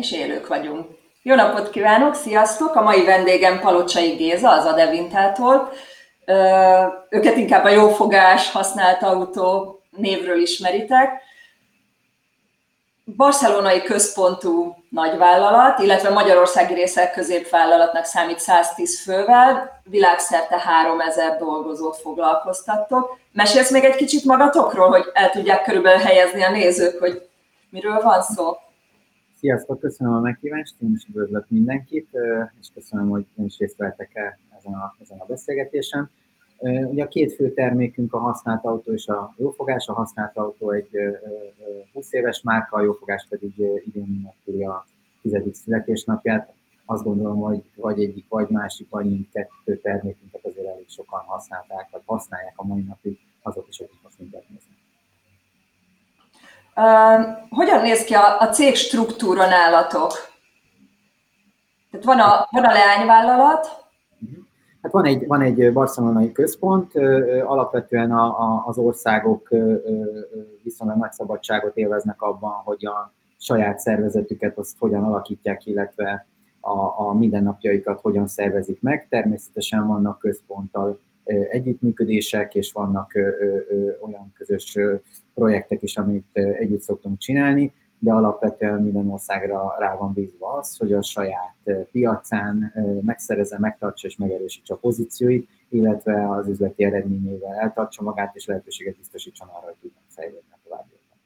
és élők vagyunk. Jó napot kívánok, sziasztok! A mai vendégem Palocsai Géza, az Adevintától. Őket inkább a jófogás, használt autó névről ismeritek. Barcelonai központú nagyvállalat, illetve magyarországi részek középvállalatnak számít 110 fővel, világszerte 3000 dolgozót foglalkoztattok. Mesélsz még egy kicsit magatokról, hogy el tudják körülbelül helyezni a nézők, hogy miről van szó? Sziasztok, köszönöm a meghívást, én is üdvözlök mindenkit, és köszönöm, hogy ön is részt vettek ezen a beszélgetésen. Ugye a két fő termékünk a használt autó és a jófogás. A használt autó egy 20 éves márka, a jófogás pedig idén ünnepli a 10. születésnapját. Azt gondolom, hogy vagy egyik, vagy másik, vagy mindkettő termékünket azért elég sokan használták, vagy használják a mai napig azok is, akik most minket néznek. Hogyan néz ki a cég struktúra nálatok? Tehát van a leányvállalat? Hát van egy barcelonai központ, alapvetően az országok viszonylag nagy szabadságot élveznek abban, hogy a saját szervezetüket azt hogyan alakítják, illetve a mindennapjaikat hogyan szervezik meg. Természetesen vannak központtal együttműködések, és vannak olyan közös projektek is, amit együtt szoktunk csinálni, de alapvetően minden országra rá van bízva az, hogy a saját piacán megszerezze, megtartsa és megerősítse a pozícióit, illetve az üzleti eredményével eltartsa magát, és lehetőséget biztosítson arra, hogy tudnak fejlődni tovább.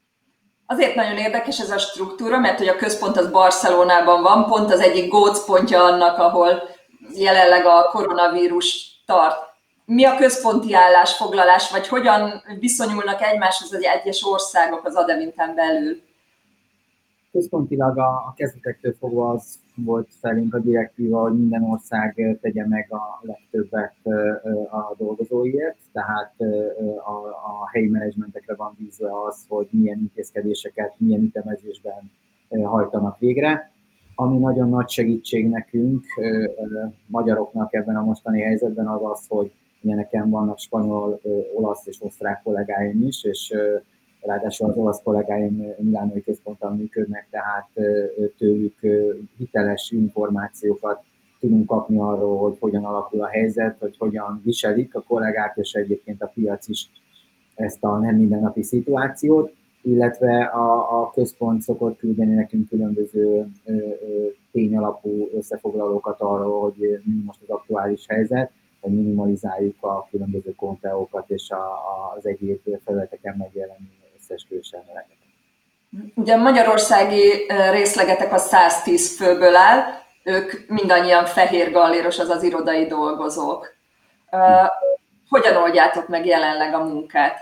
Azért nagyon érdekes ez a struktúra, mert hogy a központ az Barcelonában van, pont az egyik gócpontja annak, ahol jelenleg a koronavírus tart. Mi a központi állásfoglalás, vagy hogyan viszonyulnak egymáshoz az egyes országok az Adevintán belül? Központilag a kezdetektől fogva az volt felénk a direktíva, hogy minden ország tegye meg a legtöbbet a dolgozóiért, tehát a helyi menedzsmentekre van bízva az, hogy milyen intézkedéseket, milyen ütemezésben hajtanak végre. Ami nagyon nagy segítség nekünk, magyaroknak ebben a mostani helyzetben az az, hogy ugye nekem vannak spanyol, olasz és osztrák kollégáim is, és ráadásul az olasz kollégáim milánói központtal működnek, tehát tőlük hiteles információkat tudunk kapni arról, hogy hogyan alakul a helyzet, hogy hogyan viselik a kollégák, és egyébként a piac is ezt a nem mindennapi szituációt, illetve a központ szokott küldeni nekünk különböző tényalapú összefoglalókat arról, hogy mi most az aktuális helyzet, hogy minimalizáljuk a különböző konteókat és az egyéb felületeken megjelenő összes külsőemeleket. Ugye a magyarországi részlegetek a 110 főből áll, ők mindannyian fehér galléros, azaz irodai dolgozók. Hogyan oldjátok meg jelenleg a munkát?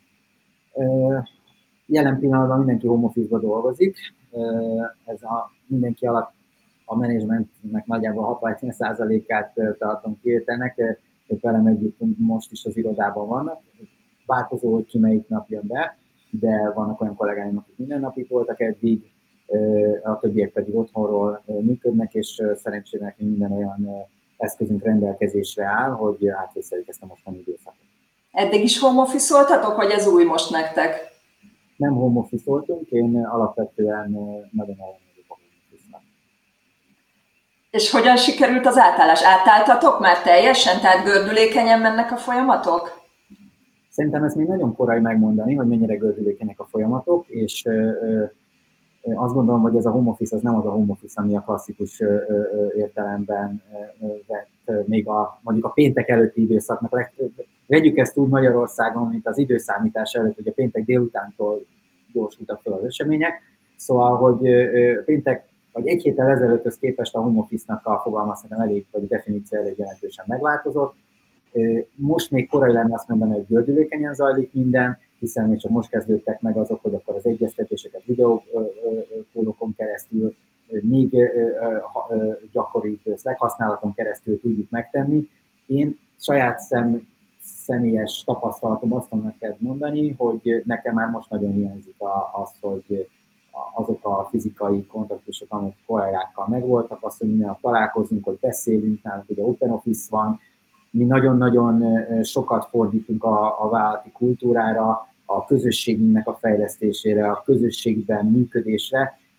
Jelen pillanatban mindenki home office-ba dolgozik. Ez mindenki alatt a menedzsmentnek nagyjából 60%-át tartom kivételnek, ők velem együtt most is az irodában vannak. Változó, hogy ki melyik nap jön be, de vannak olyan kollégáim, akik minden nap itt voltak eddig, a többiek pedig otthonról működnek, és szerencsére nekünk minden olyan eszközünk rendelkezésre áll, hogy átvészeljük ezt a mostani időszakot. Eddig is home office-oltatok, vagy ez új most nektek? Nem home office-oltunk, én alapvetően nagyon ellenőrzök a home office-nak. És hogyan sikerült az átállás? Átálltatok már teljesen? Tehát gördülékenyen mennek a folyamatok? Szerintem ezt még nagyon korai megmondani, hogy mennyire gördülékenyek a folyamatok, és azt gondolom, hogy ez a home office az nem az a home office, ami a klasszikus értelemben vett még mondjuk a péntek előtti időszaknak. Vegyük ezt úgy Magyarországon, mint az időszámítás előtt, hogy a péntek délutántól gyorsultak fel az események. Szóval, hogy péntek vagy egy héttel ezelőtthöz képest a home office-nak a fogalmazhatom elég, vagy a definíció elég jelentősen megváltozott. Most még korai lenne azt mondani, hogy gördülékenyen zajlik minden, hiszen még csak most kezdődtek meg azok, hogy akkor az egyeztetéseket videókólokon keresztül, még gyakoribb Slack használaton keresztül tudjuk megtenni. Én saját személyes tapasztalatom azt tudom neked mondani, hogy nekem már most nagyon hiányzik az, hogy azok a fizikai kontaktusok, amik kollégákkal megvoltak, azt, hogy minden nap találkozunk, hogy beszélünk, nálunk ugye open office van, mi nagyon-nagyon sokat fordítunk a vállalati kultúrára, a közösségünknek a fejlesztésére, a közösségben működésre,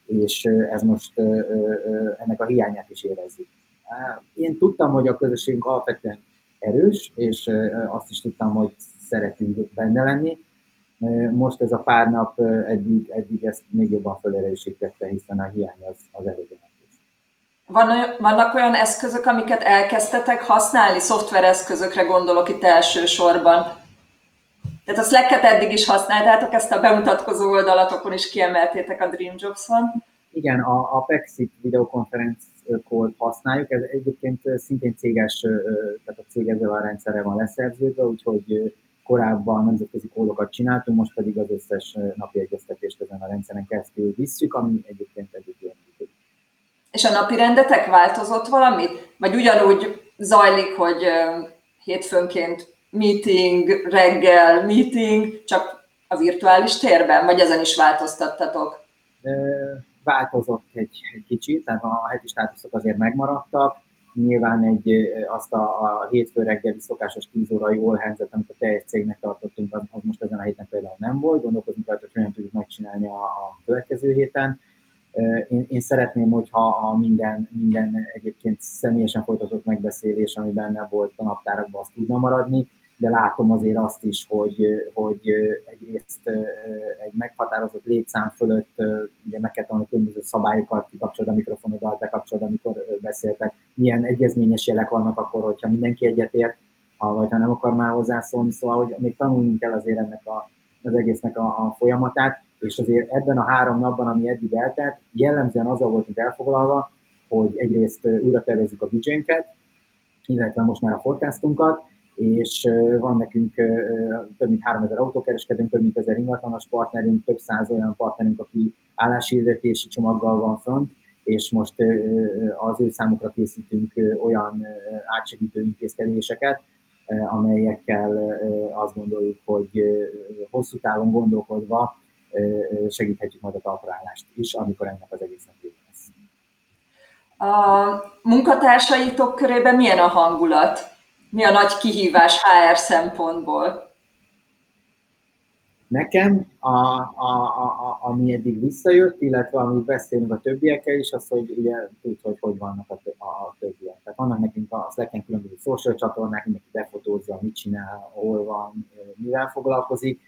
és ez most ennek a hiányát is érezzük. Én tudtam, hogy a közösségünk alapvetően erős, és azt is tudtam, hogy szeretünk benne lenni. Most ez a pár nap eddig ezt még jobban felerősítette, hiszen a hiány az elég jelentős. Vannak olyan eszközök, amiket elkezdtetek használni? Szoftvereszközökre gondolok itt elsősorban. Tehát a Slack-et eddig is használtátok, ezt a bemutatkozó oldalatokon is kiemeltétek a Dream Jobs-on. Igen, a Pexit videokonferenciát használjuk, ez egyébként szintén céges, tehát a cég ezzel a rendszerrel van leszerződve, úgyhogy korábban nemzetközi kólokat csináltunk, most pedig az összes napi egyeztetést ezen a rendszeren keresztül visszük, ami egyébként eddig jól működik. És a napi rendetek változott valamit? Vagy ugyanúgy zajlik, hogy hétfőnként meeting, reggel meeting, csak a virtuális térben? Vagy ezen is változtattatok? Változott egy kicsit, tehát a heti státuszok azért megmaradtak. Nyilván azt a hétfő reggeli szokásos 10 órai all hands-et, amit a teljes cégnek tartottunk, az most ezen a héten például nem volt. Gondolkozunk rajta, hogy hogyan tudjuk megcsinálni a következő héten. Én szeretném, hogyha minden egyébként személyesen folytatott megbeszélés, ami benne volt a naptárakban, azt tudna maradni, de látom azért azt is, hogy egyrészt egy meghatározott létszám fölött ugye meg kell tanulni különböző szabályokat, kikapcsolod a mikrofonodat, bekapcsolod, amikor beszéltek, milyen egyezményes jelek vannak akkor, hogyha mindenki egyetért, vagy ha nem akar már hozzászólni, szóval hogy még tanulnunk kell azért ennek az egésznek a folyamatát, és azért ebben a 3 napban, ami eddig eltelt, jellemzően azzal voltunk elfoglalva, hogy egyrészt újra tervezzük a büdzsénket, illetve most már a forecastunkat, és van nekünk több mint 3000 autókereskedőnk, több mint 1000 ingatlanos partnerünk, több száz olyan partnerünk, aki álláshirdetési csomaggal van fönt, és most az ő számukra készítünk olyan átsegítő intézkedéseket, amelyekkel azt gondoljuk, hogy hosszú távon gondolkodva segíthetjük majd a talpraállást is, amikor ennek az egésznek vége lesz. A munkatársaitok körében milyen a hangulat? Mi a nagy kihívás HR szempontból? Nekem, ami eddig visszajött, illetve amit beszélünk a többiekkel is, az, hogy ugye tudod, hogy vannak a többiek. Tehát vannak nekünk a Slacken különböző social csatornák, mindenki befotózza, mit csinál, hol van, mivel foglalkozik.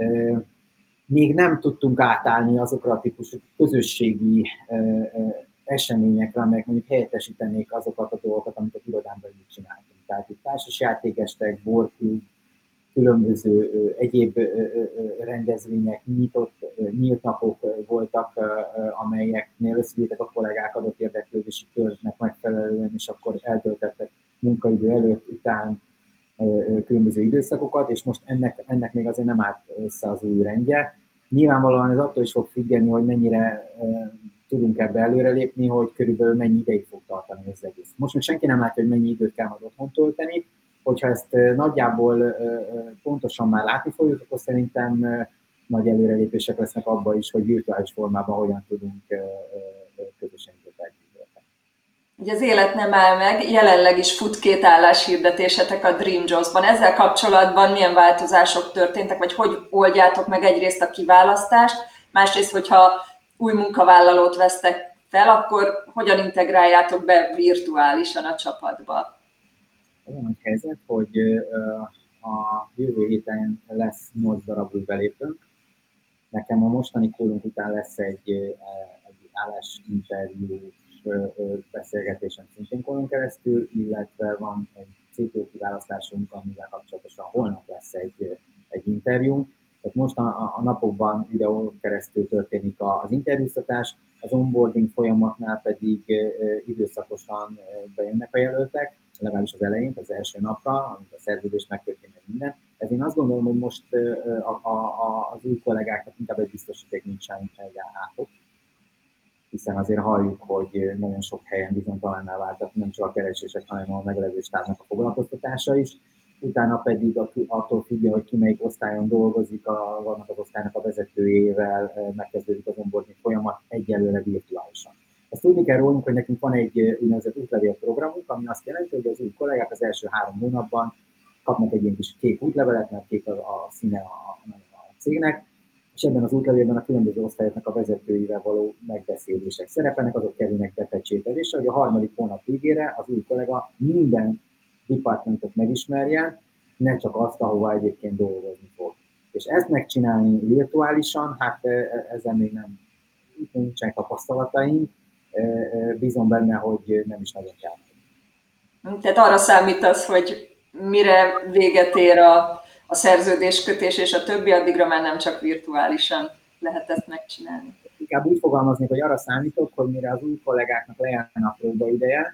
Még nem tudtunk átállni azokra a típusú közösségi eseményekre, amelyek mondjuk helyettesítenék azokat a dolgokat, amit a irodán belül csináltunk. Tehát itt társasjátékestek, borklub, különböző egyéb rendezvények, nyílt napok voltak, amelyeknél összegyűjtek a kollégák adott érdeklődési körnek megfelelően, és akkor eltöltettek munkaidő előtt, után különböző időszakokat, és most ennek még azért nem állt össze az új rendje. Nyilvánvalóan ez attól is fog függeni, hogy mennyire tudunk ebbe előrelépni, hogy körülbelül mennyi ideig fog tartani az egész. Most még senki nem látja, hogy mennyi időt kell majd otthon tölteni. Hogyha ezt nagyjából pontosan már látni fogjuk, akkor szerintem nagy előrelépések lesznek abban is, hogy virtuális formában hogyan tudunk közösen tölteni. Ugye az élet nem áll meg, jelenleg is fut 2 álláshirdetésetek a Dream Jobs-ban. Ezzel kapcsolatban milyen változások történtek, vagy hogy oldjátok meg egyrészt a kiválasztást, másrészt, hogyha új munkavállalót vesztek fel, akkor hogyan integráljátok be virtuálisan a csapatba? Olyan nagy helyzet, hogy a jövő héten lesz 8 darab új belépőnk. Nekem a mostani kólunk után lesz egy állásinterjú beszélgetésen szintén kólon keresztül, illetve van egy CTO kiválasztásunk, amivel kapcsolatosan holnap lesz egy interjú. Tehát most a napokban videón keresztül történik az interjúztatás, az onboarding folyamatnál pedig időszakosan bejönnek a jelöltek, legalábbis az elején, az első napra, amikor a szerződés megtörténik minden. Ez én azt gondolom, hogy most az új kollégáknak inkább egy biztosíték nincsen átok, hiszen azért halljuk, hogy nagyon sok helyen bizonytalanná váltak nem csak a keresések, hanem a megelező stábnak a foglalkoztatása is. Utána pedig attól függően, hogy ki melyik osztályon dolgozik, vannak az osztálynak a vezetőjével, megkezdődik az onboarding folyamat egyelőre virtuálisan. Azt tudni kell rólunk, hogy nekünk van egy úgynevezett útlevél programunk, ami azt jelenti, hogy az új kollégák az első 3 hónapban kapnak egy ilyen kis kék útlevelet, mert kék a színe a cégnek, és ebben az útlevélben a különböző osztályoknak a vezetőivel való megbeszélések szerepelnek, azok kerülnek bepecsételésre, hogy a harmadik hónap végére az új kollega minden departmentot megismerjen, ne csak azt, ahova egyébként dolgozni fog. És ezt megcsinálni virtuálisan, hát ezzel még nem nincsenek tapasztalataink, bízom benne, hogy nem is nagyon kell. Tehát arra számítasz, hogy mire véget ér a szerződéskötés és a többi, addigra már nem csak virtuálisan lehet ezt megcsinálni. Inkább úgy fogalmaznék, hogy arra számítok, hogy mire az új kollégáknak lejárna a próbaideje,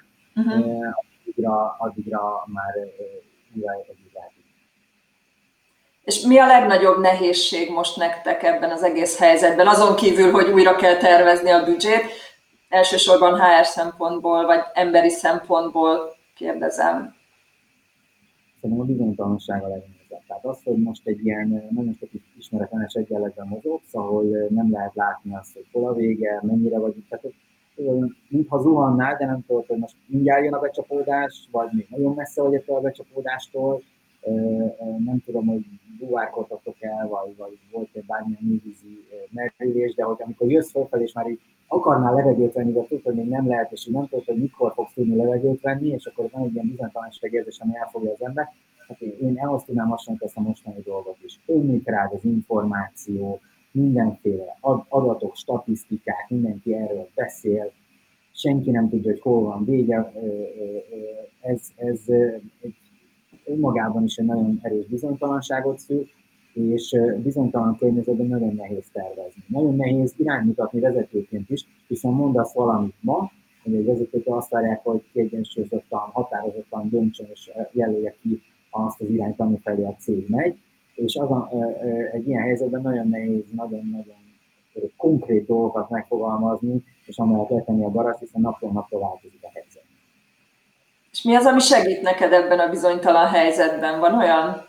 addigra már újra együtt lehet. És mi a legnagyobb nehézség most nektek ebben az egész helyzetben? Azon kívül, hogy újra kell tervezni a büdzsét, elsősorban HR szempontból, vagy emberi szempontból kérdezem. Szerintem a bizonytalanság a legnehezebb. Tehát az, hogy most egy ilyen nagyon sok ismeretlenes egyenletben mozogsz, ahol nem lehet látni azt, hogy hol a vége, mennyire vagy itt. Tehát, mintha zuhannál, de nem tudod, hogy most mindjárt jön a becsapódás, vagy még nagyon messze vagy a becsapódástól. Nem tudom, hogy búvárkodtatok el, vagy volt egy bármilyen művízi merülés, de hogy amikor jössz felfelé, és már így akarnál levegőt venni, de tudod, hogy még nem lehet, és így nem tudod, hogy mikor fogsz tudni levegőt venni, és akkor van egy ilyen bizonytalanság érzés, ami elfogja az ember. Hát én ahhoz tudnám hasonlítani ezt a mostani dolgot is. Ömlik rád az információ, mindenféle adatok, statisztikák, mindenki erről beszél, senki nem tudja, hogy hol van vége. Ez egy önmagában is egy nagyon erős bizonytalanságot szül, és bizonytalan környezetben nagyon nehéz tervezni. Nagyon nehéz iránymutatni vezetőként is, hiszen mondasz valamit ma, hogy egy vezetőtől azt várják, hogy kiegyensúlyozottan, határozottan döntsön és jelölje ki azt az irányt, amifelé a cég megy, és egy ilyen helyzetben nagyon nehéz, nagyon-nagyon konkrét dolgokat megfogalmazni, és amellett letenni a garast, hiszen napról napra változik a helyzet. És mi az, ami segít neked ebben a bizonytalan helyzetben? Van olyan?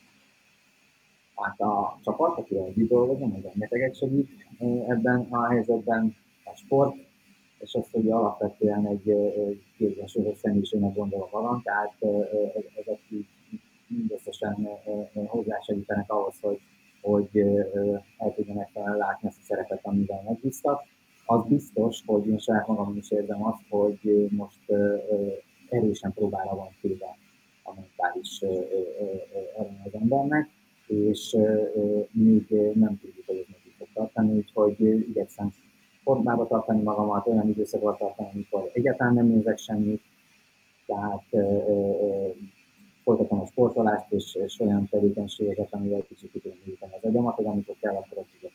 Hát a csapat, akivel együtt dolgozom, az rengeteget segít ebben a helyzetben, a sport, és az, hogy alapvetően egy kiegyensúlyozott személyiségnek gondolok magam, tehát ezek így mindösszesen hozzásegítenek ahhoz, hogy el tudja megfelelően látni ezt a szerepet, amivel megbíztak. Az biztos, hogy én saját magamon is érzem azt, hogy most erősen próbára van téve a mentális erőn az embernek, és még nem tudjuk, hogy ez meg fog tartani, úgyhogy igyekszem formában tartani magamat, olyan időszakban tartani, amikor egyáltalán nem nézek semmit, tehát folytatom a sportolást és olyan tevékenységeket, amivel kicsit tudom nyújtani az agyamat, hogy amikor kell, akkor azt tudok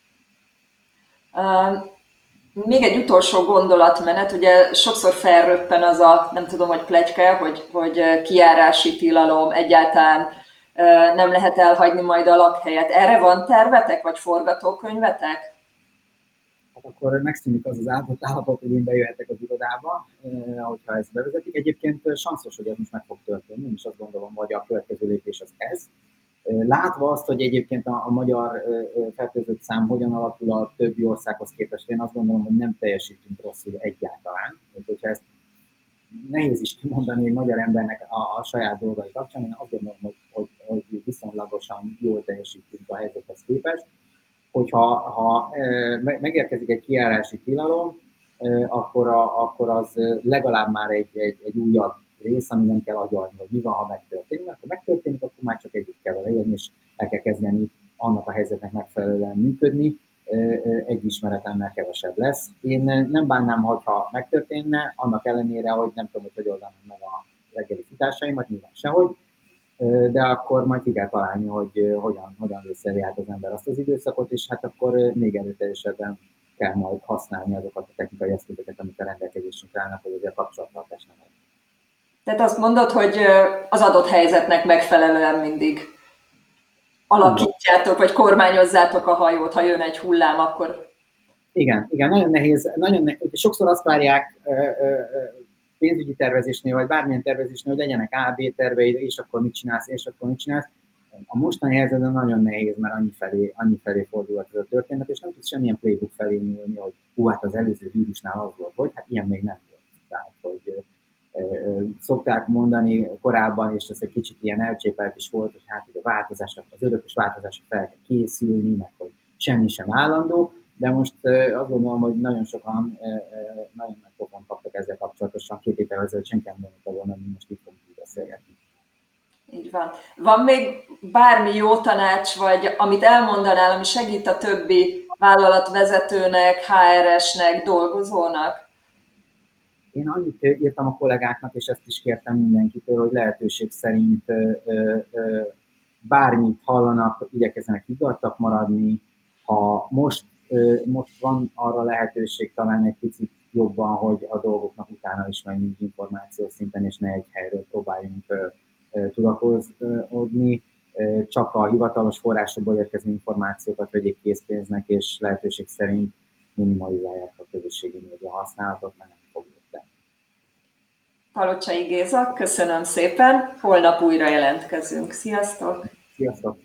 még egy utolsó gondolatmenet, ugye sokszor felröppen az a, nem tudom, hogy pletyka, hogy kijárási tilalom, egyáltalán nem lehet elhagyni majd a lakhelyet. Erre van tervetek, vagy forgatókönyvetek? Hát akkor megszűnik az áldott állapot, hogy én bejöhetek az irodába, hogyha ezt bevezetik. Egyébként sanszos, hogy ez most meg fog történni, és azt gondolom, hogy a következő lépés az ez. Látva azt, hogy egyébként a magyar fertőzött szám hogyan alakul a többi országhoz képest, én azt gondolom, hogy nem teljesítünk rosszul egyáltalán. Hogyha ezt nehéz is kimondani egy magyar embernek a saját dolgai kapcsán, én azt gondolom, hogy viszonylagosan jól teljesítünk a helyzethez képest. Hogyha megérkezik egy kijárási tilalom, akkor az legalább már egy újabb rész, ami nem kell agyalni, hogy mi van, ha megtörténik. Ha megtörténik, akkor már csak együtt kell vele élni, és el kell kezdeni annak a helyzetnek megfelelően működni. Egy ismeretemmel kevesebb lesz. Én nem bánnám, hogyha megtörténne, annak ellenére, hogy nem tudom, hogy oldanám meg a reggeli futásaimat, nyilván sehogy, de akkor majd ki kell találni, hogy hogyan vészelni át az ember azt az időszakot, és hát akkor még erőteljesebben kell majd használni azokat a technikai eszközöket, amik a rendelkezésünkre állnak, hogy azért a kapcsolattartás nem. Tehát azt mondod, hogy az adott helyzetnek megfelelően mindig alakítjátok, vagy kormányozzátok a hajót, ha jön egy hullám, akkor... Igen, nagyon nehéz. Sokszor azt várják pénzügyi tervezésnél, vagy bármilyen tervezésnél, hogy legyenek A, B terveid, és akkor mit csinálsz, és akkor mit csinálsz. A mostani helyzetben nagyon nehéz, mert annyi felé fordulhat ez a történet, és nem tudsz semmilyen playbook felé nyúlni, hogy hát az előző vírusnál az volt, hogy hát ilyen még nem volt. Tehát, hogy szokták mondani korábban, és ez egy kicsit ilyen elcsépelt is volt, hogy hát hogy a változásra, az örökös változásra fel kell készülni, meg hogy semmi sem állandó, de most azt gondolom, hogy nagyon sokan nagyon nagy pofont kaptak ezzel kapcsolatosan, 2 évvel ezelőtt senki nem gondolta volna, hogy most itt fogunk beszélgetni. Így van. Van még bármi jó tanács, vagy amit elmondanál, ami segít a többi vállalatvezetőnek, HR-esnek, dolgozónak? Én annyit írtam a kollégáknak, és ezt is kértem mindenkitől, hogy lehetőség szerint bármit hallanak, igyekezzenek higgadtak maradni. Ha most van arra lehetőség talán egy picit jobban, hogy a dolgoknak utána is menjünk információs szinten, és ne egy helyről próbáljunk tudakozódni. Csak a hivatalos forrásokból érkező információkat vegyék készpénznek, és lehetőség szerint minimalizálják a közösségi média használatot, mert nem fog tenni. Palocsai Géza, köszönöm szépen, holnap újra jelentkezünk. Sziasztok! Sziasztok!